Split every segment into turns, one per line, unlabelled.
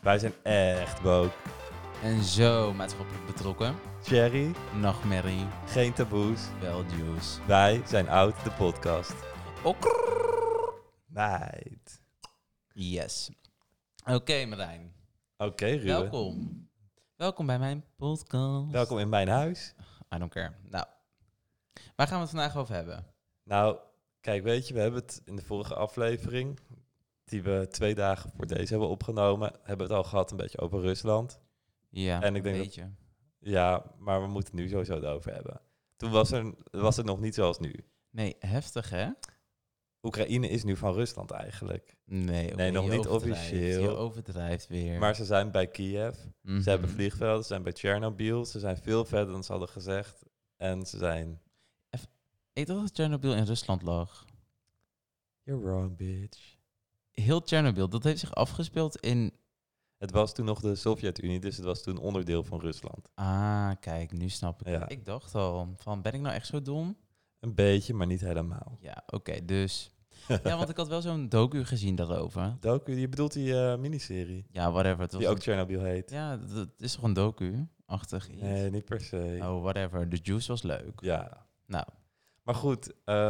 Wij zijn echt woke.
En zo maatschappelijk betrokken.
Cherry,
Nachtmerrie,
geen taboes.
wel juice.
Wij zijn oud, de podcast.
Okrrr.
Meid.
Yes. Oké, Marijn.
Oké, Ruben.
Welkom. Welkom bij mijn podcast.
Welkom in mijn huis.
I don't care. Nou, waar gaan we het vandaag over hebben?
Nou, kijk, weet je, we hebben het in de vorige aflevering, die we 2 dagen voor deze hebben opgenomen, hebben we het al gehad een beetje over Rusland.
Ja,
En ik denk
weet je.
Ja, maar we moeten het nu sowieso erover hebben. Toen was het nog niet zoals nu.
Nee, heftig hè?
Oekraïne is nu van Rusland eigenlijk.
Nee, oké,
Nee, nog
je
niet
overdrijft.
officieel.
Je overdrijft weer.
Maar ze zijn bij Kiev.
Mhm.
Ze hebben vliegvelden, ze zijn bij Tsjernobyl. Ze zijn veel verder dan ze hadden gezegd. En ze zijn...
Ik dacht dat Chernobyl in Rusland lag.
You're wrong, bitch.
Heel Chernobyl, dat heeft zich afgespeeld in...
Het was toen nog de Sovjet-Unie, dus het was toen onderdeel van Rusland.
Ah, kijk, nu snap ik
Ja.
het. Ik dacht al, van ben ik nou echt zo dom?
Een beetje, maar niet helemaal.
Ja, oké, dus... Ja, want ik had wel zo'n docu gezien daarover.
Doku, je bedoelt die miniserie,
Ja, whatever. Het was
die ook Chernobyl heet.
Ja, dat is toch een docu-achtig iets?
Nee, niet per se.
Oh, whatever. De juice was leuk.
Ja.
Nou.
Maar goed,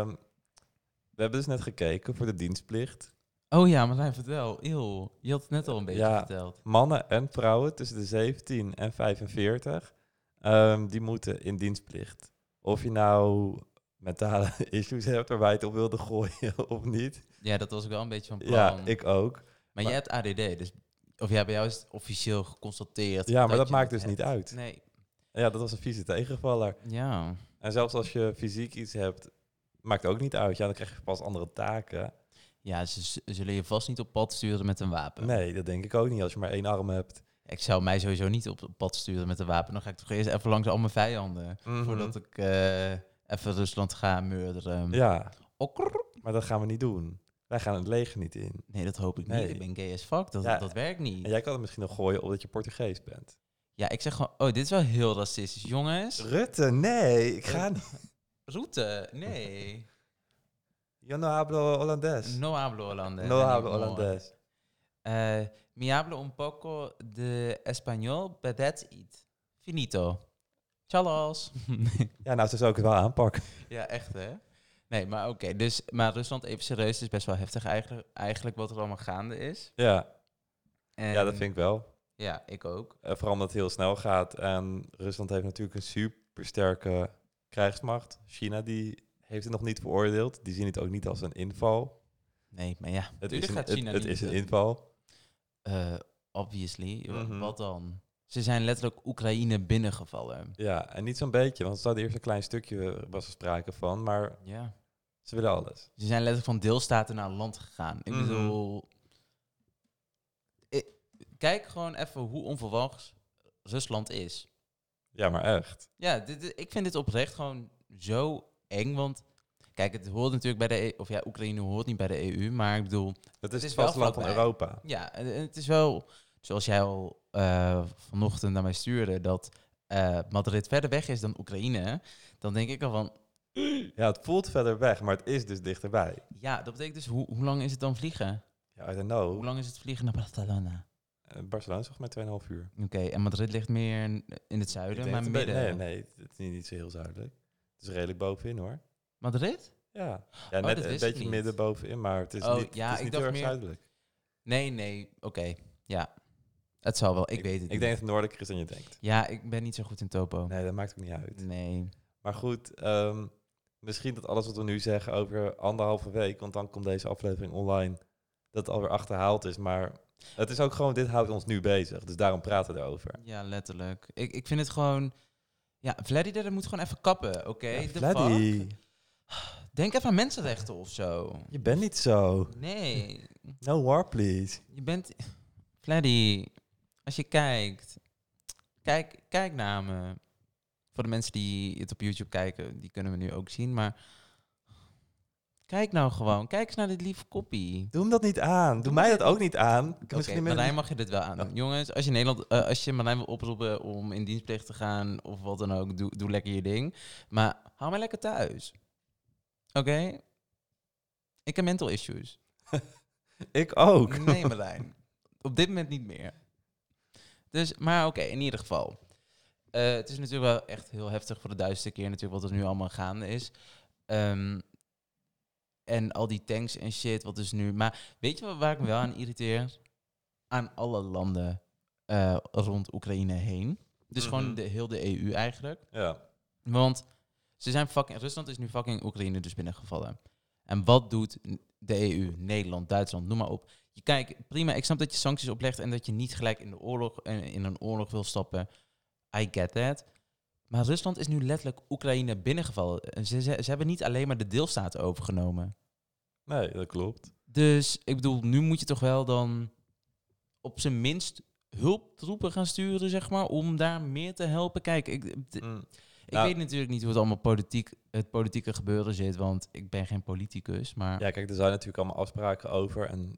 we hebben dus net gekeken voor de dienstplicht.
Oh ja, maar vertel. Eeuw, je had het net al een beetje
Ja.
verteld.
Mannen en vrouwen tussen de 17 en 45, die moeten in dienstplicht. Of je nou mentale issues hebt waarbij je het op wilde gooien of niet.
Ja, dat was ik wel een beetje van plan.
Ja, ik ook.
Maar jij hebt ADD, dus... Of ja, bij jou is het officieel geconstateerd.
Ja, maar dat
je
maakt
het
dus niet
hebt.
uit.
Nee.
Ja, dat was een vieze tegenvaller.
Ja.
En zelfs als je fysiek iets hebt, maakt ook niet uit. Ja, dan krijg je pas andere taken.
Ja, ze zullen je vast niet op pad sturen met een wapen.
Nee, dat denk ik ook niet als je maar 1 arm hebt.
Ik zou mij sowieso niet op pad sturen met een wapen. Dan ga ik toch eerst even langs al mijn vijanden.
Mhm.
Voordat ik even Rusland ga murderen.
Ja,
Okker.
maar dat gaan we niet doen. Wij gaan het leger niet in.
Nee, dat hoop ik
Nee.
niet. Ik ben gay as fuck.
Ja.
Dat werkt niet.
En jij kan het misschien nog gooien omdat je Portugees bent.
Ja, ik zeg gewoon... Oh, dit is wel heel racistisch. Jongens.
Rutte, nee, ik ga niet.
Route. Nee.
Yo no hablo holandés.
No hablo holandés.
No hablo
anymore.
holandés.
Mi hablo un poco de español, but that's it. Finito. Tjallas.
Ja, nou, zo zou ik het wel aanpakken.
Ja, echt hè? Nee, maar oké. Dus, maar Rusland even serieus is best wel heftig eigenlijk wat er allemaal gaande is.
Ja,
En,
ja, dat vind ik wel.
Ja, ik ook.
Vooral omdat het heel snel gaat. En Rusland heeft natuurlijk een supersterke krijgsmacht. China, die heeft het nog niet veroordeeld. Die zien het ook niet als een inval.
Nee, maar ja.
Het
tuurlijk
is
gaat
een,
China
het
niet,
is een inval.
Obviously.
Mhm.
Wat dan? Ze zijn letterlijk Oekraïne binnengevallen.
Ja, en niet zo'n beetje. Want er staat eerst een klein stukje, was er sprake van. Maar
Ja.
ze willen alles.
Ze zijn letterlijk van deelstaten naar land gegaan. Ik
Mhm.
bedoel... Kijk gewoon even hoe onverwachts Rusland is.
Ja, maar echt.
Ja, ik vind dit oprecht gewoon zo eng, want... Kijk, het hoort natuurlijk bij de EU... Of ja, Oekraïne hoort niet bij de EU, maar ik bedoel...
Dat is
is
het
wel
vasteland van
vlakbij.
Europa.
Ja, en het is wel... Zoals jij al vanochtend naar mij stuurde, dat Madrid verder weg is dan Oekraïne. Dan denk ik al van...
Ja, het voelt verder weg, maar het is dus dichterbij.
Ja, dat betekent dus, hoe lang is het dan vliegen?
Ja, I don't know.
Hoe lang is het vliegen naar Barcelona?
Barcelona is volgens mij 2,5 uur.
Oké, en Madrid ligt meer in het zuiden,
Ik
maar
denk het
midden.
Nee, het is niet zo heel zuidelijk. Het is redelijk bovenin, hoor.
Madrid?
Ja,
Oh,
net
dat
een
wist
beetje
ik niet.
midden bovenin, maar het is
Oh,
niet,
ja,
het is
ik
niet
dacht
heel erg
meer-
zuidelijk.
Nee, oké. Ja, het zal wel. Ik weet het
Ik
niet.
denk dat het noordelijker is dan je denkt.
Ja, ik ben niet zo goed in topo.
Nee, dat maakt ook niet uit.
Nee.
Maar goed, misschien dat alles wat we nu zeggen over 1,5 week, want dan komt deze aflevering online, dat het alweer achterhaald is. Maar het is ook gewoon, dit houdt ons nu bezig. Dus daarom praten we erover.
Ja, letterlijk. Ik vind het gewoon... Ja, Vladdy, dat moet gewoon even kappen, oké?
Ja,
The
Vladdy,
fuck? Denk even aan mensenrechten of zo.
je bent niet zo.
Nee,
No war, please.
je bent... Vladdy, als je kijkt... Kijk naar me. Voor de mensen die het op YouTube kijken, die kunnen we nu ook zien, maar... Kijk nou gewoon. Kijk eens naar dit lieve koppie.
Doe hem dat niet aan. Doe
Doe
mij
me
dat ook niet aan.
Oké, Marijn mag je dit wel aan doen.
Oh.
Jongens, als je Marijn wil oproepen om in dienstplicht te gaan of wat dan ook, doe lekker je ding. Maar hou mij lekker thuis. Oké? Ik heb mental issues.
Ik ook.
Nee, Marijn. Op dit moment niet meer. Dus, maar oké, in ieder geval. Het is natuurlijk wel echt heel heftig voor de 1000ste keer natuurlijk wat er nu allemaal gaande is. En al die tanks en shit, wat is nu... Maar weet je waar ik me wel aan irriteer? Aan alle landen rond Oekraïne heen. Dus gewoon heel de EU eigenlijk.
Ja.
Want Rusland is nu fucking Oekraïne dus binnengevallen. En wat doet de EU, Nederland, Duitsland, noem maar op. Kijk, prima, ik snap dat je sancties oplegt en dat je niet gelijk in een oorlog wil stappen. I get that. Maar Rusland is nu letterlijk Oekraïne binnengevallen. En ze hebben niet alleen maar de deelstaten overgenomen.
Nee, dat klopt.
Dus ik bedoel, nu moet je toch wel dan op zijn minst hulptroepen gaan sturen, zeg maar, om daar meer te helpen. Kijk, ik weet natuurlijk niet hoe het allemaal het politieke gebeuren zit, want ik ben geen politicus, maar...
Ja, kijk, er zijn natuurlijk allemaal afspraken over en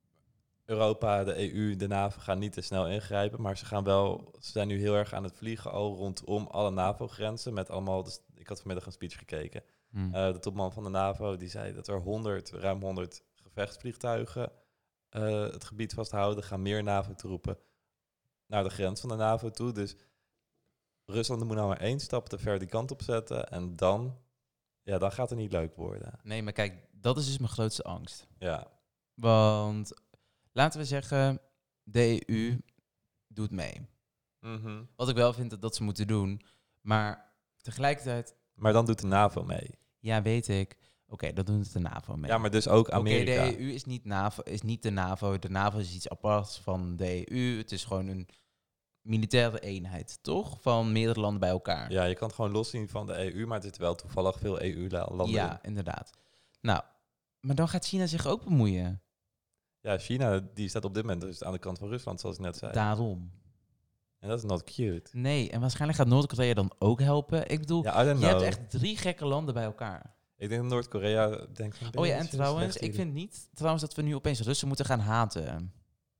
Europa, de EU, de NAVO gaan niet te snel ingrijpen, maar ze zijn nu heel erg aan het vliegen al rondom alle NAVO-grenzen met allemaal, dus ik had vanmiddag een speech gekeken. De topman van de NAVO, die zei dat er ruim 100 gevechtsvliegtuigen het gebied vasthouden, gaan meer NAVO-troepen naar de grens van de NAVO toe. Dus Rusland moet nou maar 1 stap te ver die kant op zetten en dan gaat het niet leuk worden.
Nee, maar kijk, dat is dus mijn grootste angst.
Ja.
Want laten we zeggen, de EU doet mee.
Mm-hmm.
Wat ik wel vind dat ze moeten doen, maar tegelijkertijd...
Maar dan doet de NAVO mee.
Ja, weet ik. Oké, dat doet de NAVO mee.
Ja, maar dus ook Amerika.
Oké, de EU is niet de NAVO. De NAVO is iets aparts van de EU. Het is gewoon een militaire eenheid, toch? Van meerdere landen bij elkaar.
Ja, je kan het gewoon loszien van de EU, maar er zitten wel toevallig veel EU-landen in.
Ja, inderdaad. Nou, maar dan gaat China zich ook bemoeien.
Ja, China die staat op dit moment dus aan de kant van Rusland, zoals ik net zei.
Daarom.
En dat is not cute.
Nee, en waarschijnlijk gaat Noord-Korea dan ook helpen. Ik bedoel,
Ja, I don't
je
know.
hebt echt 3 gekke landen bij elkaar.
Ik denk dat Noord-Korea denkt van...
Oh ja, en trouwens, ik vind niet dat we nu opeens Russen moeten gaan haten.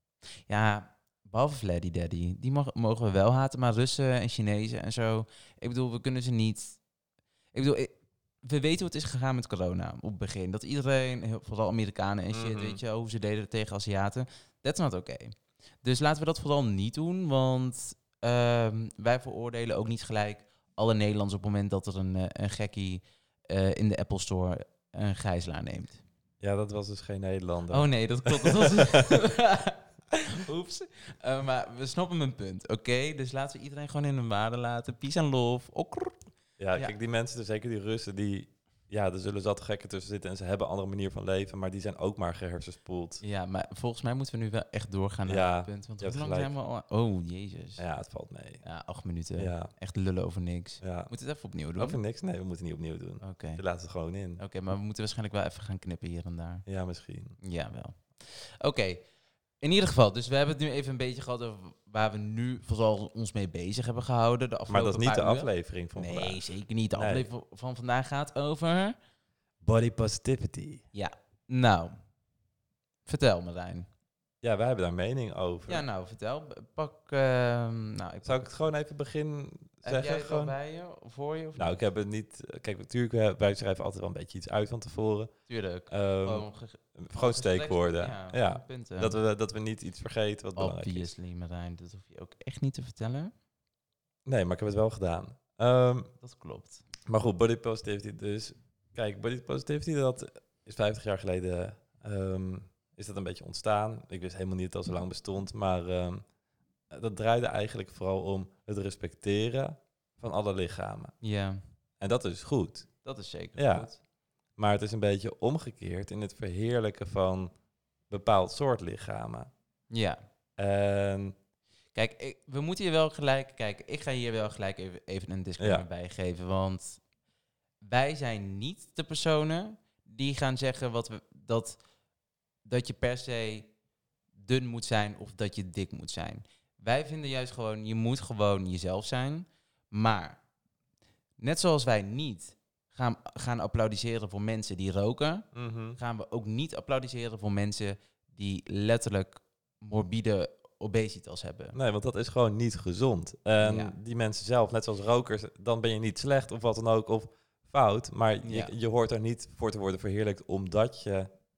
Ja, behalve Vladdy Daddy. Die mogen we wel haten, maar Russen en Chinezen en zo. Ik bedoel, we kunnen ze niet... we weten hoe het is gegaan met corona op het begin. Dat iedereen, vooral Amerikanen en shit, weet je, hoe ze deden tegen Aziaten. That's not okay. Dus laten we dat vooral niet doen, want wij veroordelen ook niet gelijk alle Nederlanders op het moment dat er een gekkie in de Apple Store een gijzelaar neemt.
Ja, dat was dus geen Nederlander.
Oh nee, dat klopt. Oeps. Maar we snappen mijn punt, oké? Dus laten we iedereen gewoon in hun waarde laten. Peace and love. Okker.
Ja, kijk, die mensen, dus zeker die Russen, er zullen zat gekken tussen zitten en ze hebben een andere manier van leven, maar die zijn ook maar gehersenspoeld.
Ja, maar volgens mij moeten we nu wel echt doorgaan naar het punt. Want hoe lang zijn we al? Oh, jezus.
Ja, het valt mee.
Ja, 8 minuten.
Ja.
Echt lullen over niks.
Ja.
Moeten we het even opnieuw doen?
Over niks? Nee, we moeten niet opnieuw doen.
Oké.
Je laat het gewoon in.
Oké, maar we moeten waarschijnlijk wel even gaan knippen hier en daar.
Ja, misschien.
Ja, wel. Oké. In ieder geval, dus we hebben het nu even een beetje gehad over waar we nu vooral ons mee bezig hebben gehouden.
Maar dat is niet de aflevering van vandaag.
Nee, zeker niet. De aflevering van vandaag gaat over...
Body positivity.
Ja, nou. Vertel, Marijn.
Ja, wij hebben daar mening over.
Ja, nou, vertel.
Zou ik het gewoon even begin zeggen?
Heb jij het al bij je, voor je? Of
nou, ik heb het niet... Kijk, natuurlijk, wij schrijven altijd wel een beetje iets uit van tevoren.
Tuurlijk.
Gewoon steekwoorden. Ja.
Punten.
Dat we niet iets vergeten wat belangrijk is.
Obviously, Marijn. Dat hoef je ook echt niet te vertellen.
Nee, maar ik heb het wel gedaan.
Dat klopt.
Maar goed, body positivity dus. Kijk, body positivity, dat is 50 jaar geleden... is dat een beetje ontstaan. Ik wist helemaal niet dat het al zo lang bestond, maar dat draaide eigenlijk vooral om het respecteren van alle lichamen.
Ja.
En dat is goed.
Dat is zeker goed.
Maar het is een beetje omgekeerd in het verheerlijken van bepaald soort lichamen.
Ja.
En...
Kijk, we moeten hier wel gelijk... Kijk, ik ga hier wel gelijk even een disclaimer bij geven, want wij zijn niet de personen die gaan zeggen dat je per se dun moet zijn of dat je dik moet zijn. Wij vinden juist gewoon, je moet gewoon jezelf zijn. Maar net zoals wij niet gaan applaudisseren voor mensen die roken, gaan we ook niet applaudisseren voor mensen die letterlijk morbide obesitas hebben.
Nee, want dat is gewoon niet gezond. En die mensen zelf, net zoals rokers, dan ben je niet slecht of wat dan ook, of fout. Maar je hoort er niet voor te worden verheerlijkt omdat je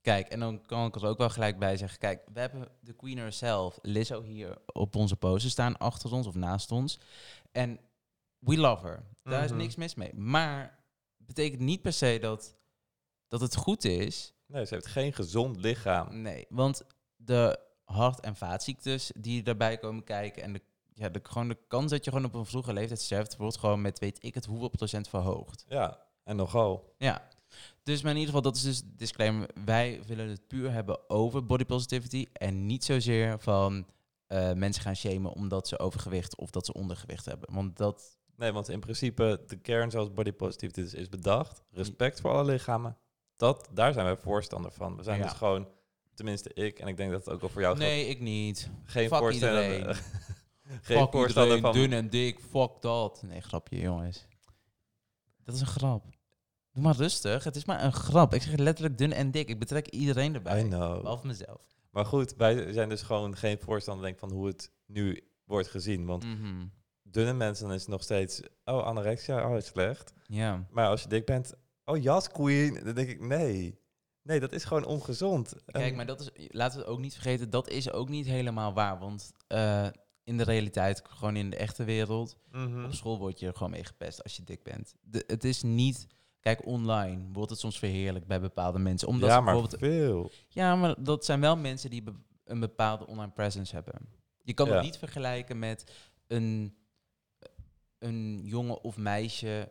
Kijk, en dan kan ik er ook wel gelijk bij zeggen. Kijk, we hebben de Queen herself, Lizzo, hier op onze poster staan, achter ons of naast ons. En we love her. Daar is niks mis mee. Maar betekent niet per se dat het goed is.
Nee, ze heeft geen gezond lichaam.
Nee, want de hart- en vaatziektes die daarbij komen kijken en gewoon de kans dat je gewoon op een vroege leeftijd sterft, wordt gewoon met weet ik het hoeveel procent verhoogd.
Ja, en nogal.
Ja. Dus maar in ieder geval, dat is dus disclaimer. Wij willen het puur hebben over body positivity en niet zozeer van mensen gaan shamen omdat ze overgewicht of dat ze ondergewicht hebben. Want dat...
Nee, want in principe de kern zoals body positivity is bedacht. Respect voor alle lichamen. Daar zijn wij voorstander van. We zijn dus gewoon, tenminste ik, en ik denk dat het ook wel voor jou geldt.
Nee, ik niet.
Geen
Fuck
voorstander.
iedereen.
Geen
Fuck
voorstander
iedereen,
van.
dun en dik, fuck dat. Nee, grapje jongens. Dat is een grap. Doe maar rustig, het is maar een grap. Ik zeg letterlijk dun en dik. Ik betrek iedereen erbij.
I know.
Behalve mezelf.
Maar goed, wij zijn dus gewoon geen voorstander denk, van hoe het nu wordt gezien. Want dunne mensen dan is het nog steeds, oh anorexia, oh is slecht.
Ja.
Maar als je dik bent, oh jas queen, dan denk ik nee. Nee, dat is gewoon ongezond.
Kijk, maar dat is, laten we het ook niet vergeten, dat is ook niet helemaal waar. Want in de realiteit, gewoon in de echte wereld, op school word je er gewoon mee gepest als je dik bent. Het is niet... Kijk, online wordt het soms verheerlijkt bij bepaalde mensen. Omdat
ja,
ze
maar
bijvoorbeeld,
veel.
ja, maar dat zijn wel mensen die een bepaalde online presence hebben. Je kan
Ja.
het niet vergelijken met een jongen of meisje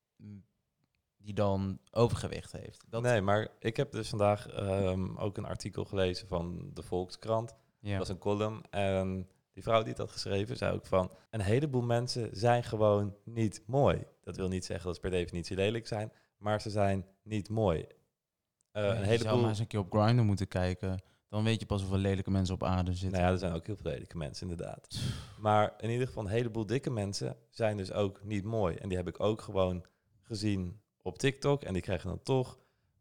die dan overgewicht heeft.
Nee, maar ik heb dus vandaag ook een artikel gelezen van de Volkskrant.
Ja.
Dat was een column. En die vrouw die het had geschreven, zei ook van... Een heleboel mensen zijn gewoon niet mooi. Dat wil niet zeggen dat ze per definitie lelijk zijn, maar ze zijn niet mooi. Een
Je zou
heleboel...
maar eens een keer op Grindr moeten kijken. Dan weet je pas hoeveel lelijke mensen op aarde zitten.
Nou ja, er zijn ook heel veel lelijke mensen, inderdaad. Maar in ieder geval een heleboel dikke mensen zijn dus ook niet mooi. En die heb ik ook gewoon gezien op TikTok. En die krijgen dan toch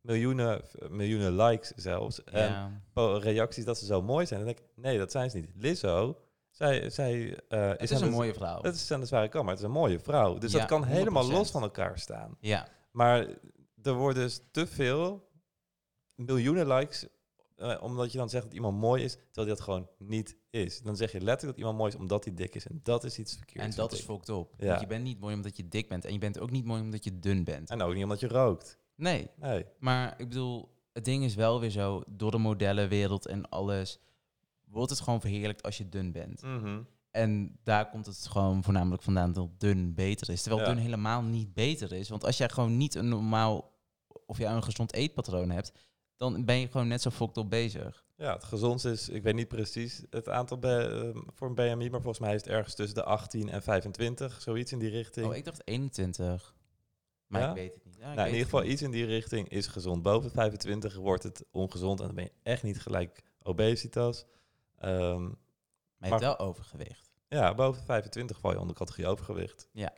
miljoenen likes zelfs.
Ja.
En reacties dat ze zo mooi zijn. En dan denk ik, nee, dat zijn ze niet. Lizzo, zij
Het is een mooie vrouw.
Dat is aan de zware kant, maar het is een mooie vrouw. Dus
Ja,
dat kan helemaal
100%.
los van elkaar staan.
Ja.
Maar er worden dus te veel miljoenen likes... omdat je dan zegt dat iemand mooi is, terwijl die dat gewoon niet is. Dan zeg je letterlijk dat iemand mooi is omdat hij dik is. En dat is iets verkeerds.
En dat is fucked up.
Ja.
Want je bent niet mooi omdat je dik bent. En je bent ook niet mooi omdat je dun bent.
En ook niet omdat je rookt.
Nee.
Nee.
Maar ik bedoel, het ding is wel weer zo, door de modellenwereld en alles, wordt het gewoon verheerlijkt als je dun bent. En daar komt het gewoon voornamelijk vandaan dat dun beter is. Terwijl
Ja.
dun helemaal niet beter is. Want als jij gewoon niet een normaal, of jij een gezond eetpatroon hebt, dan ben je gewoon net zo fucked up bezig.
Ja, het gezondste is, ik weet niet precies het aantal voor een BMI, maar volgens mij is het ergens tussen de 18 en 25, zoiets in die richting.
Oh, ik dacht 21. Maar
Ja?
ik weet het niet. Ja, ik
Nou,
weet
in ieder
het
geval
niet.
iets in die richting is gezond. Boven de 25 wordt het ongezond en dan ben je echt niet gelijk obesitas.
Maar je hebt
maar-
wel overgewicht.
Ja, boven de 25 val je onder categorie overgewicht.
Ja.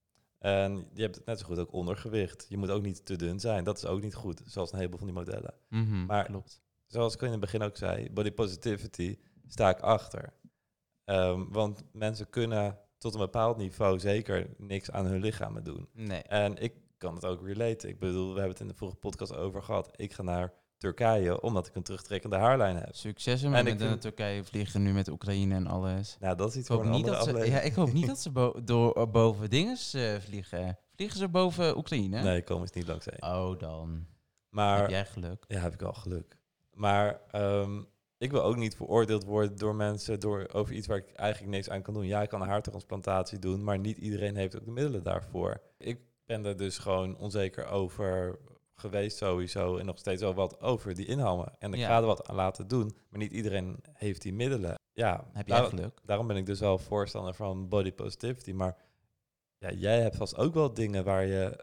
En je hebt het net zo goed ook ondergewicht. Je moet ook niet te dun zijn. Dat is ook niet goed, zoals een heleboel van die modellen. Maar-
Klopt.
Zoals ik in het begin ook zei, body positivity sta ik achter. Want mensen kunnen tot een bepaald niveau zeker niks aan hun lichamen doen.
Nee.
En ik kan het ook relaten. Ik bedoel, we hebben het in de vorige podcast over gehad. Ik ga naar Turkije omdat ik een terugtrekkende haarlijn heb.
Succes
En
met
ik
naar
vind-
Turkije vliegen nu met Oekraïne en alles.
Nou, dat is iets
Ik
voor
hoop,
een
niet
andere
dat ze,
aflevering.
ja, ik hoop niet dat ze boven dinges vliegen. Vliegen ze boven Oekraïne?
Nee, komen ze niet langs heen.
Oh, dan
Maar
heb jij geluk.
ja, heb ik wel geluk. Maar ik wil ook niet veroordeeld worden door mensen over iets waar ik eigenlijk niks aan kan doen. Ja, ik kan een haartransplantatie doen, maar niet iedereen heeft ook de middelen daarvoor. Ik ben er dus gewoon onzeker over geweest sowieso en nog steeds wel wat over die inhammen. En ik
Ja.
ga er wat aan laten doen, maar niet iedereen heeft die middelen. Ja,
Heb jij geluk?
daarom ben ik dus wel voorstander van body positivity. Maar ja, jij hebt vast ook wel dingen waar je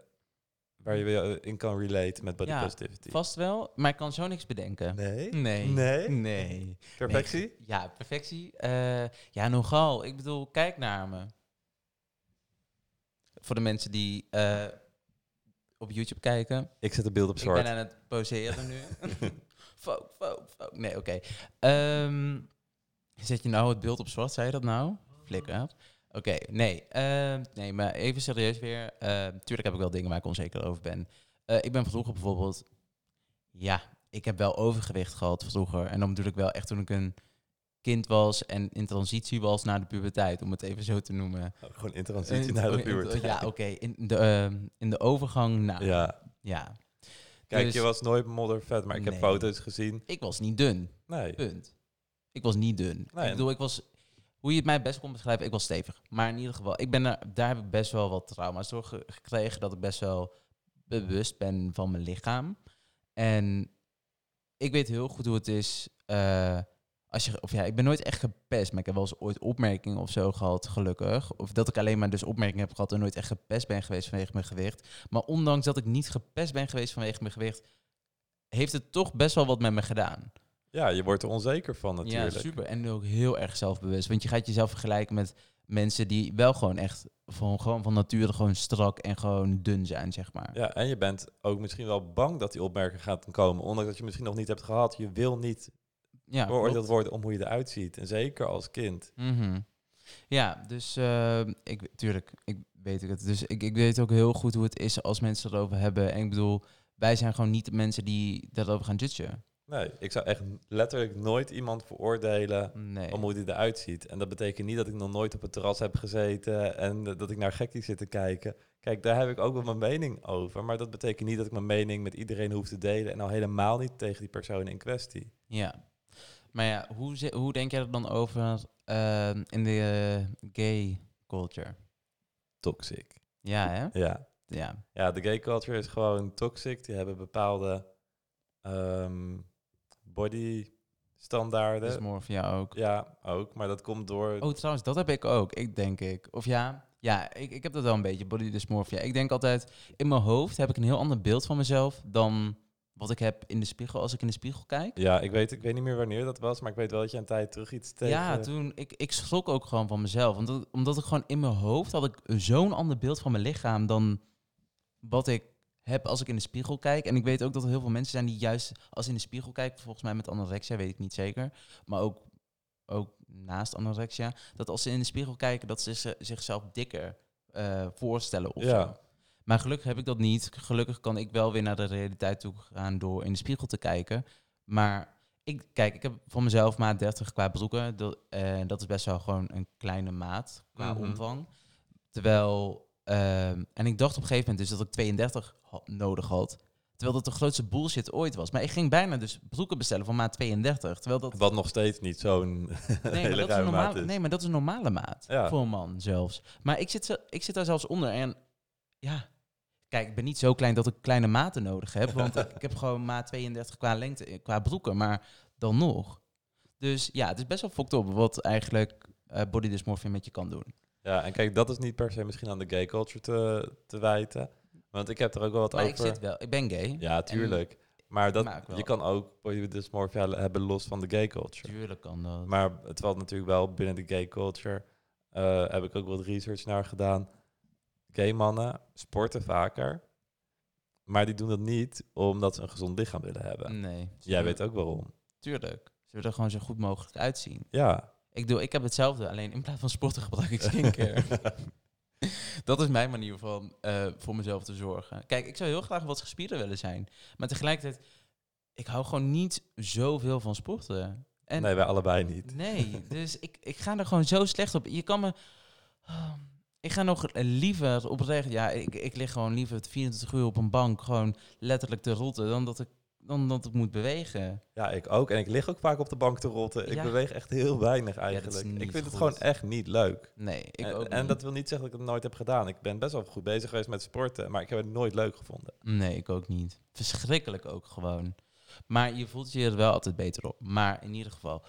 weer in kan relate met body
Ja,
positivity.
Vast wel, maar ik kan zo niks bedenken.
Nee?
Nee.
Nee?
Nee.
Perfectie?
Nee. Ja, perfectie. Ja, nogal. Ik bedoel, kijk naar me. Voor de mensen die op YouTube kijken.
Ik zet een beeld op
Ik
zwart.
ben aan het poseren nu. Folk. Nee, oké. Zet je nou het beeld op zwart, zei je dat nou? Flikker uit. Oké, nee, maar even serieus weer. Tuurlijk heb ik wel dingen waar ik onzeker over ben. Ik ben vroeger bijvoorbeeld... Ja, ik heb wel overgewicht gehad vroeger. En dan bedoel ik wel echt toen ik een kind was en in transitie was naar de puberteit, om het even zo te noemen.
Gewoon in transitie naar de puberteit.
Ja, oké. In de overgang naar.
Ja.
Ja.
Kijk,
Dus-
je was nooit moddervet, maar ik heb
Nee.
foto's gezien.
Ik was niet dun.
Nee.
Punt. Ik was niet dun.
Nee,
Ik bedoel, ik was... Hoe je het mij best kon beschrijven, ik was stevig. Maar in ieder geval, daar heb ik best wel wat trauma's door gekregen. Dat ik best wel bewust ben van mijn lichaam. En ik weet heel goed hoe het is... ik ben nooit echt gepest, maar ik heb wel eens ooit opmerkingen of zo gehad, gelukkig. Of dat ik alleen maar dus opmerkingen heb gehad en nooit echt gepest ben geweest vanwege mijn gewicht. Maar ondanks dat ik niet gepest ben geweest vanwege mijn gewicht, heeft het toch best wel wat met me gedaan.
Ja, je wordt er onzeker van natuurlijk.
Ja, super. En ook heel erg zelfbewust. Want je gaat jezelf vergelijken met mensen die wel gewoon echt gewoon van nature gewoon strak en gewoon dun zijn, zeg maar.
Ja, en je bent ook misschien wel bang dat die opmerking gaat komen, ondanks dat je misschien nog niet hebt gehad. Je wil niet
Ja,
beoordeeld
klopt.
worden om hoe je eruit ziet. En zeker als kind.
Mhm. Ja, dus tuurlijk, ik weet het. Dus ik weet ook heel goed hoe het is als mensen het erover hebben. En ik bedoel, wij zijn gewoon niet de mensen die daarover gaan judgen.
Nee, ik zou echt letterlijk nooit iemand veroordelen
Nee.
om hoe die eruit ziet. En dat betekent niet dat ik nog nooit op het terras heb gezeten en dat ik naar gekkies zit te kijken. Kijk, daar heb ik ook wel mijn mening over. Maar dat betekent niet dat ik mijn mening met iedereen hoef te delen. En al helemaal niet tegen die persoon in kwestie.
Ja. Maar ja, hoe denk jij er dan over in de gay culture?
Toxic.
Ja, hè?
Ja.
Ja.
Ja, de gay culture is gewoon toxic. Die hebben bepaalde body standaarden.
Dat is more van jou ook.
Ja, ook. Maar dat komt door...
Oh, trouwens, dat heb ik ook, denk ik. Of ja, ik heb dat wel een beetje, body dysmorphia. Ik denk altijd, in mijn hoofd heb ik een heel ander beeld van mezelf dan wat ik heb in de spiegel als ik in de spiegel kijk.
Ja, ik weet niet meer wanneer dat was, maar ik weet wel dat je een tijd terug iets tegen...
Ja, toen, ik schrok ook gewoon van mezelf. Omdat ik gewoon in mijn hoofd had ik zo'n ander beeld van mijn lichaam dan wat ik heb als ik in de spiegel kijk. En ik weet ook dat er heel veel mensen zijn die juist als ze in de spiegel kijken, volgens mij met anorexia, weet ik niet zeker, maar ook naast anorexia, dat als ze in de spiegel kijken, dat ze zichzelf dikker voorstellen of
Ja.
zo. Maar gelukkig heb ik dat niet. Gelukkig kan ik wel weer naar de realiteit toe gaan door in de spiegel te kijken. Maar ik heb van mezelf maat 30 qua broeken. Dat is best wel gewoon een kleine maat qua
Mhm.
omvang. Terwijl, en ik dacht op een gegeven moment dus dat ik 32 nodig had. Terwijl dat de grootste bullshit ooit was. Maar ik ging bijna dus broeken bestellen van maat 32. Terwijl dat...
Wat nog steeds niet zo'n hele ruime maat is.
Nee, maar dat is een normale maat.
Ja.
Voor een man zelfs. Maar ik zit daar zelfs onder. En ja, kijk, ik ben niet zo klein dat ik kleine maten nodig heb. Want ik heb gewoon maat 32 qua lengte, qua broeken. Maar dan nog. Dus ja, het is best wel fucked up wat eigenlijk body dysmorphia met je kan doen.
Ja, en kijk, dat is niet per se misschien aan de gay culture te wijten. Want ik heb er ook wel wat
Maar
over...
ik ben gay.
Ja, tuurlijk. Maar dat,
maar ik wel.
je kan ook body dysmorphia hebben los van de gay culture.
Tuurlijk kan dat.
Maar het valt natuurlijk wel binnen de gay culture. Heb ik ook wat research naar gedaan. Gay mannen sporten vaker. Maar die doen dat niet omdat ze een gezond lichaam willen hebben.
Nee.
Jij weet ook waarom.
Tuurlijk. Ze willen er gewoon zo goed mogelijk uitzien.
Ja.
Ik heb hetzelfde, alleen in plaats van sporten gebruik ik skincare. Dat is mijn manier van voor mezelf te zorgen. Kijk, ik zou heel graag wat gespierder willen zijn. Maar tegelijkertijd, ik hou gewoon niet zoveel van sporten. En
Nee, wij allebei niet.
nee, dus ik ga er gewoon zo slecht op. Je kan me... ik ga nog liever oprecht... Ja, ik lig gewoon liever 24 uur op een bank gewoon letterlijk te rotten dan dat ik moet bewegen.
Ja, ik ook. En ik lig ook vaak op de bank te rotten. Ik
Ja.
beweeg echt heel weinig
dat is
eigenlijk.
niet
Ik vind het
goed.
gewoon echt niet leuk.
Nee, ik
En,
ook
en
niet.
dat wil niet zeggen dat ik het nooit heb gedaan. Ik ben best wel goed bezig geweest met sporten, maar ik heb het nooit leuk gevonden.
Nee, ik ook niet. Verschrikkelijk ook gewoon. Maar je voelt je er wel altijd beter op. Maar in ieder geval,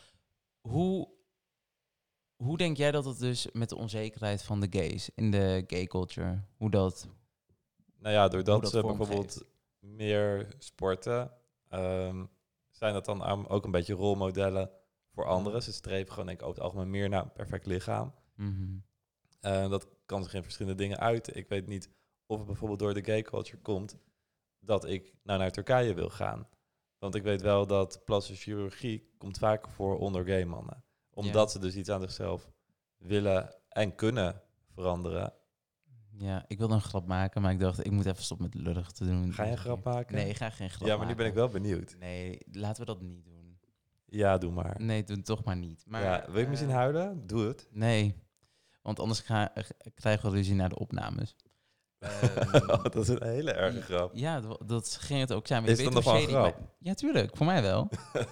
hoe denk jij dat het dus met de onzekerheid van de gays in de gay culture, hoe dat...
Nou ja, doordat
dat
ze
vormgeeft.
bijvoorbeeld meer sporten, zijn dat dan ook een beetje rolmodellen voor anderen. Ze streven gewoon denk ik over het algemeen meer naar een perfect lichaam.
Mhm.
Dat kan zich in verschillende dingen uiten. Ik weet niet of het bijvoorbeeld door de gay culture komt dat ik nou naar Turkije wil gaan. Want ik weet wel dat plastische chirurgie komt vaker voor onder gay mannen. Omdat ze dus iets aan zichzelf willen en kunnen veranderen.
Ja, ik wilde een grap maken, maar ik dacht, ik moet even stoppen met lullig te doen.
Ga je een grap maken?
Nee, ik ga geen grap
Ja, maar nu ben ik
maken.
wel benieuwd.
Nee, laten we dat niet doen.
Ja, doe maar.
Nee, doe het toch maar niet. Maar,
Ja, wil je misschien huilen? Doe het.
Nee, want anders krijgen we ruzie naar de opnames.
Dat is een hele erge grap.
Ja, dat ging het ook zijn. Maar
Is
je
het
weet
dan
hoe
nog wel een
shady
grap?
Ja, tuurlijk. Voor mij wel.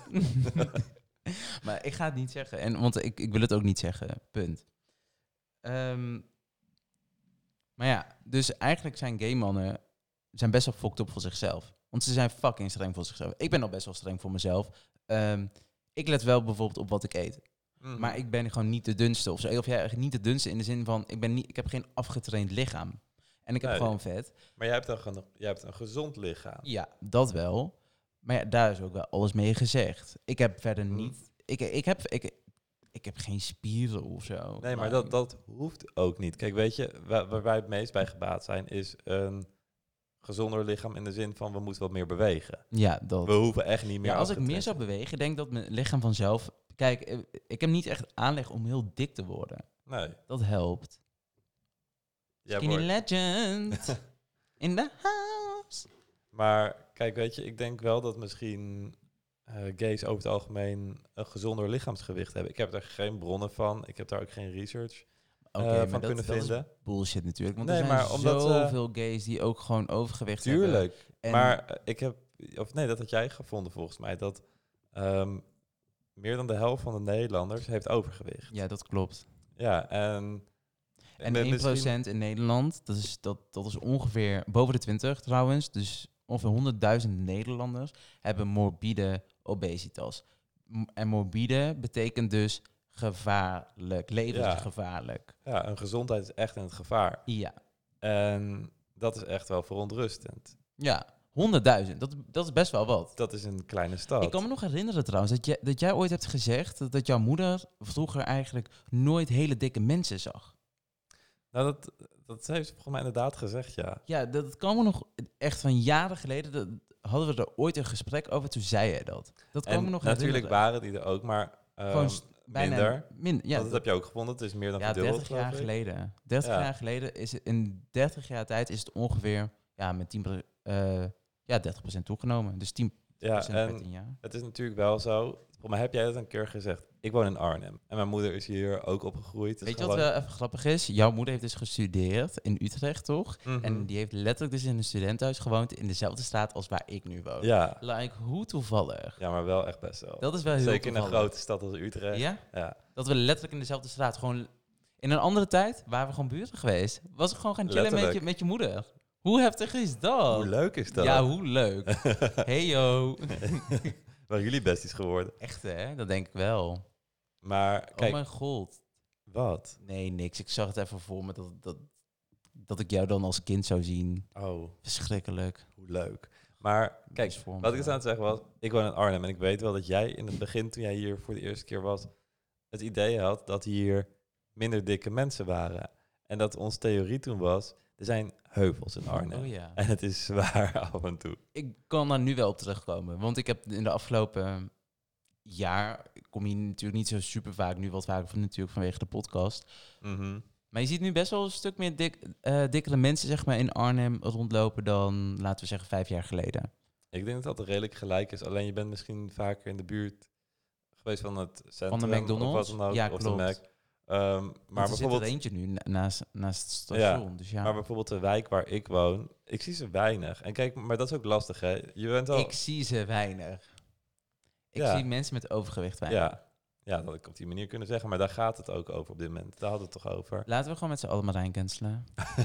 Maar ik ga het niet zeggen. Want ik wil het ook niet zeggen. Punt. Maar ja, dus eigenlijk zijn gay mannen best wel fucked up voor zichzelf. Want ze zijn fucking streng voor zichzelf. Ik ben al best wel streng voor mezelf. Ik let wel bijvoorbeeld op wat ik eet.
Mhm.
Maar ik ben gewoon niet de dunste of zo. Of jij niet de dunste in de zin van, ik heb geen afgetraind lichaam. En ik heb
Nee.
gewoon vet.
Maar jij hebt een gezond lichaam.
Ja, dat wel. Maar ja, daar is ook wel alles mee gezegd. Ik heb verder
Mhm.
niet... Ik heb geen spieren of zo.
Nee, maar dat hoeft ook niet. Kijk, weet je, waar wij het meest bij gebaat zijn, is een gezonder lichaam in de zin van we moeten wat meer bewegen.
Ja, dat...
We hoeven echt niet meer
Ja, als ik
afgetraind
meer zou bewegen, ik denk dat mijn lichaam vanzelf... Kijk, ik heb niet echt aanleg om heel dik te worden.
Nee.
Dat helpt.
Ja,
Skinny legend. In the house.
maar kijk, weet je, ik denk wel dat misschien gays over het algemeen een gezonder lichaamsgewicht hebben. Ik heb daar geen bronnen van. Ik heb daar ook geen research
Oké,
van kunnen
dat is
vinden.
bullshit natuurlijk. Want
Nee,
er zijn
maar omdat,
zoveel gays die ook gewoon overgewicht hebben.
Tuurlijk.
En-
Maar dat had jij gevonden volgens mij, dat meer dan de helft van de Nederlanders heeft overgewicht.
Ja, dat klopt.
Ja, en...
En
met
1%
misschien-
in Nederland, dat is ongeveer boven de 20 trouwens. Dus ongeveer 100.000 Nederlanders hebben morbide obesitas. En morbide betekent dus gevaarlijk, levensgevaarlijk.
Ja, een gezondheid is echt in het gevaar.
Ja,
En dat is echt wel verontrustend.
ja. 100.000, dat is best wel wat.
Dat is een kleine stad.
Ik kan me nog herinneren trouwens dat jij ooit hebt gezegd dat jouw moeder vroeger eigenlijk nooit hele dikke mensen zag.
Nou, dat heeft ze volgens mij inderdaad gezegd, ja.
Ja, dat kan me nog echt van jaren geleden. Hadden we er ooit een gesprek over, toen zei hij dat. Dat kan
En
me nog
natuurlijk
herinneren.
waren die er ook, maar
Gewoon bijna
minder.
Ja,
Want dat heb je ook gevonden. Het is meer dan
ja,
verdubbeld,
30 jaar
geloof ik.
geleden. 30
Ja.
jaar geleden is het, in 30 jaar tijd is het ongeveer met 30% toegenomen. Dus 10%
Ja,
per 10
en
jaar.
het is natuurlijk wel zo. Volgens mij heb jij dat een keer gezegd. Ik woon in Arnhem. En mijn moeder is hier ook opgegroeid. Het is
Weet je wat
gewoon-
wel even grappig is? Jouw moeder heeft dus gestudeerd in Utrecht, toch?
Mhm.
En die heeft letterlijk dus in een studentenhuis gewoond in dezelfde straat als waar ik nu woon.
Ja.
Like, hoe toevallig.
Ja, maar wel echt best wel.
Dat is wel heel
Zeker in een
toevallig.
grote stad als Utrecht.
Ja?
Ja.
Dat we letterlijk in dezelfde straat gewoon... In een andere tijd waren we gewoon buren geweest. Was ik gewoon gaan chillen
Letterlijk.
met je moeder. Hoe heftig is dat?
Hoe leuk is dat?
Ja, hoe leuk. Hey yo.
Waren jullie besties geworden?
Echt hè? Dat denk ik wel.
Maar
Oh
kijk,
mijn god.
wat?
Nee, niks. Ik zag het even voor me dat ik jou dan als kind zou zien.
Oh,
Verschrikkelijk.
hoe leuk. Maar kijk,
Dus voor me
wat ik dus
wel.
aan het zeggen was, ik woon in Arnhem en ik weet wel dat jij in het begin, toen jij hier voor de eerste keer was, het idee had dat hier minder dikke mensen waren. En dat onze theorie toen was, er zijn heuvels in Arnhem.
Oh ja.
En het is zwaar af en toe.
Ik kan daar nu wel op terugkomen. Want ik heb in de afgelopen jaar... Ik kom hier natuurlijk niet zo super vaak. Nu wat vaker natuurlijk vanwege de podcast.
Mhm.
Maar je ziet nu best wel een stuk meer dikkere mensen zeg maar, in Arnhem rondlopen dan, laten we zeggen, 5 jaar geleden.
Ik denk dat dat redelijk gelijk is. Alleen je bent misschien vaker in de buurt geweest van het centrum.
Van de McDonald's?
Of wat dan ook.
Ja,
of
klopt.
de Mac. Maar
Maar er zit er
bijvoorbeeld,
eentje nu naast het station. Dus ja.
maar bijvoorbeeld de wijk waar ik woon, ik zie ze weinig. En kijk, maar dat is ook lastig, hè? Je bent al...
Ik zie ze weinig. Ik
Ja.
zie mensen met overgewicht weinig.
Ja, dat had ik op die manier kunnen zeggen. Maar daar gaat het ook over op dit moment. Daar hadden we het toch over.
Laten we gewoon met z'n allen Marijn cancelen.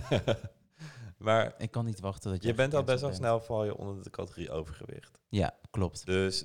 Maar
Ik kan niet wachten dat
je bent al best wel
gecanceld bent.
snel, val je onder de categorie overgewicht.
Ja, klopt.
Dus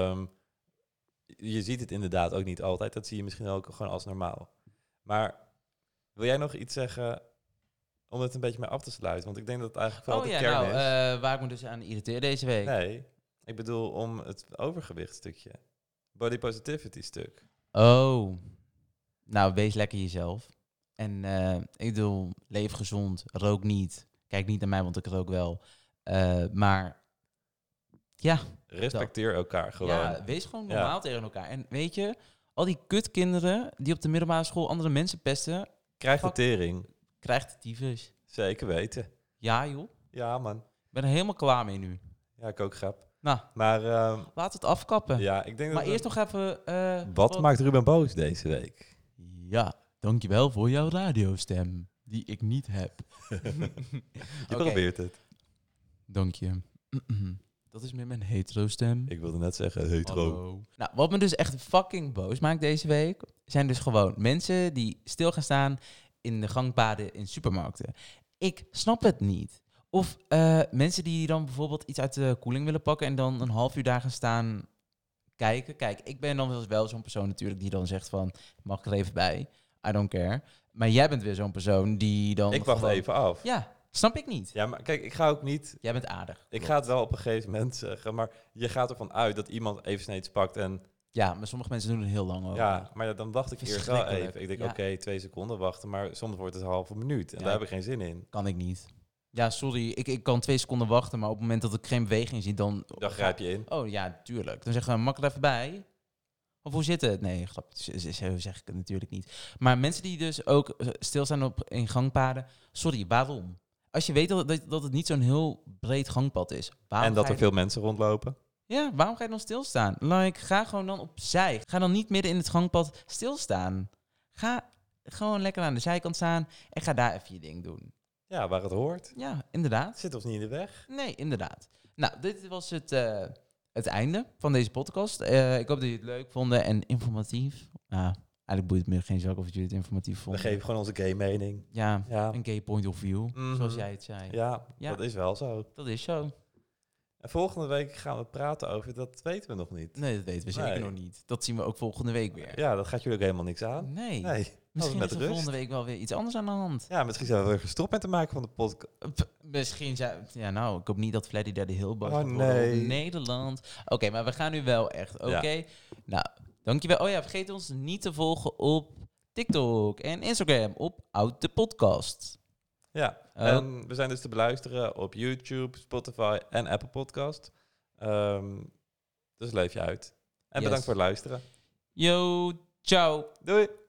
je ziet het inderdaad ook niet altijd. Dat zie je misschien ook gewoon als normaal. Maar wil jij nog iets zeggen om het een beetje mee af te sluiten? Want ik denk dat het eigenlijk wel
Oh
de
ja,
kern
nou,
is.
waar ik me dus aan irriteer deze week.
Nee, ik bedoel om het overgewichtstukje. Body positivity stuk.
Oh, nou, wees lekker jezelf. En ik bedoel, leef gezond, rook niet. Kijk niet naar mij, want ik rook wel. Maar ja,
Respecteer elkaar gewoon.
ja, wees gewoon
Ja.
normaal tegen elkaar. En weet je, al die kutkinderen die op de middelbare school andere mensen pesten,
Krijg de
fuck.
tering.
krijgt de tyfus.
Zeker weten.
Ja, joh.
Ja, man.
Ik ben er helemaal klaar mee nu.
Ja, ik ook grap.
Nou,
Maar
laten we het afkappen.
ja, ik denk
Maar
dat...
eerst nog even...
Wat maakt Ruben boos deze week?
Ja, dankjewel voor jouw radiostem, die ik niet heb.
Je probeert het.
Dank je. Dat is met mijn hetero-stem.
Ik wilde net zeggen, hetero.
Hallo. Nou, wat me dus echt fucking boos maakt deze week, zijn dus gewoon mensen die stil gaan staan in de gangpaden in supermarkten. Ik snap het niet. Of mensen die dan bijvoorbeeld iets uit de koeling willen pakken en dan een half uur daar gaan staan kijken. Kijk, ik ben dan wel zo'n persoon natuurlijk die dan zegt van, mag ik er even bij? I don't care. Maar jij bent weer zo'n persoon die dan...
Ik wacht
gewoon-
even af.
Ja, snap ik niet.
Ja, maar kijk, ik ga ook niet...
Jij bent aardig.
Ik ga het wel op een gegeven moment zeggen, maar je gaat ervan uit dat iemand even snel iets pakt en...
Ja, maar sommige mensen doen het heel lang over.
Ja, maar dan wacht ik eerst wel
Verschrikkelijk.
even. Ik denk,
Ja.
oké, 2 seconden wachten, maar soms wordt het een halve minuut. En
Ja,
daar heb ik geen zin in.
Kan ik niet. Ja, sorry. Ik kan 2 seconden wachten, maar op het moment dat ik geen beweging zie, dan...
Dan grijp je in.
Oh ja, tuurlijk. Dan zeggen we, mag ik er even bij? Of hoe zit het? Nee, grap, zo zeg ik het natuurlijk niet. Maar mensen die dus ook stilstaan in gangpaden, sorry, waarom? Als je weet dat het niet zo'n heel breed gangpad is. Waarom
En dat
ga
er
je-
veel mensen rondlopen.
Ja, waarom ga je dan stilstaan? Like, ga gewoon dan opzij. Ga dan niet midden in het gangpad stilstaan. Ga gewoon lekker aan de zijkant staan en ga daar even je ding doen.
Ja, waar het hoort.
Ja, inderdaad.
Zit ons niet in de weg.
Nee, inderdaad. Nou, dit was het einde van deze podcast. Ik hoop dat jullie het leuk vonden en informatief. Eigenlijk boeit het me geen zak of jullie het informatief
We
vonden.
geven gewoon onze gay mening.
Ja,
Ja,
een gay point of view,
Mhm.
zoals jij het zei.
ja,
Ja.
dat is wel zo.
Dat is zo.
En volgende week gaan we praten over, dat weten we nog niet.
Nee, dat weten we zeker
Nee.
nog niet. Dat zien we ook volgende week weer.
Ja, dat gaat jullie ook helemaal niks aan.
Nee.
Nee,
Misschien
met
is er
rust.
volgende week wel weer iets anders aan de hand.
Ja, misschien zijn we weer gestopt met te maken van de podcast.
Misschien zijn... Ja, nou, ik hoop niet dat Fleddy daar de heel boos
Oh,
gaat worden
nee.
op Nederland. Oké, maar we gaan nu wel echt, oké?
Ja.
Nou, dankjewel. Oh ja, vergeet ons niet te volgen op TikTok en Instagram op Oud de Podcast.
Ja,
Oh.
en we zijn dus te beluisteren op YouTube, Spotify en Apple Podcast. Dus leef je uit. En
Yes.
bedankt voor het luisteren.
Yo, ciao.
Doei!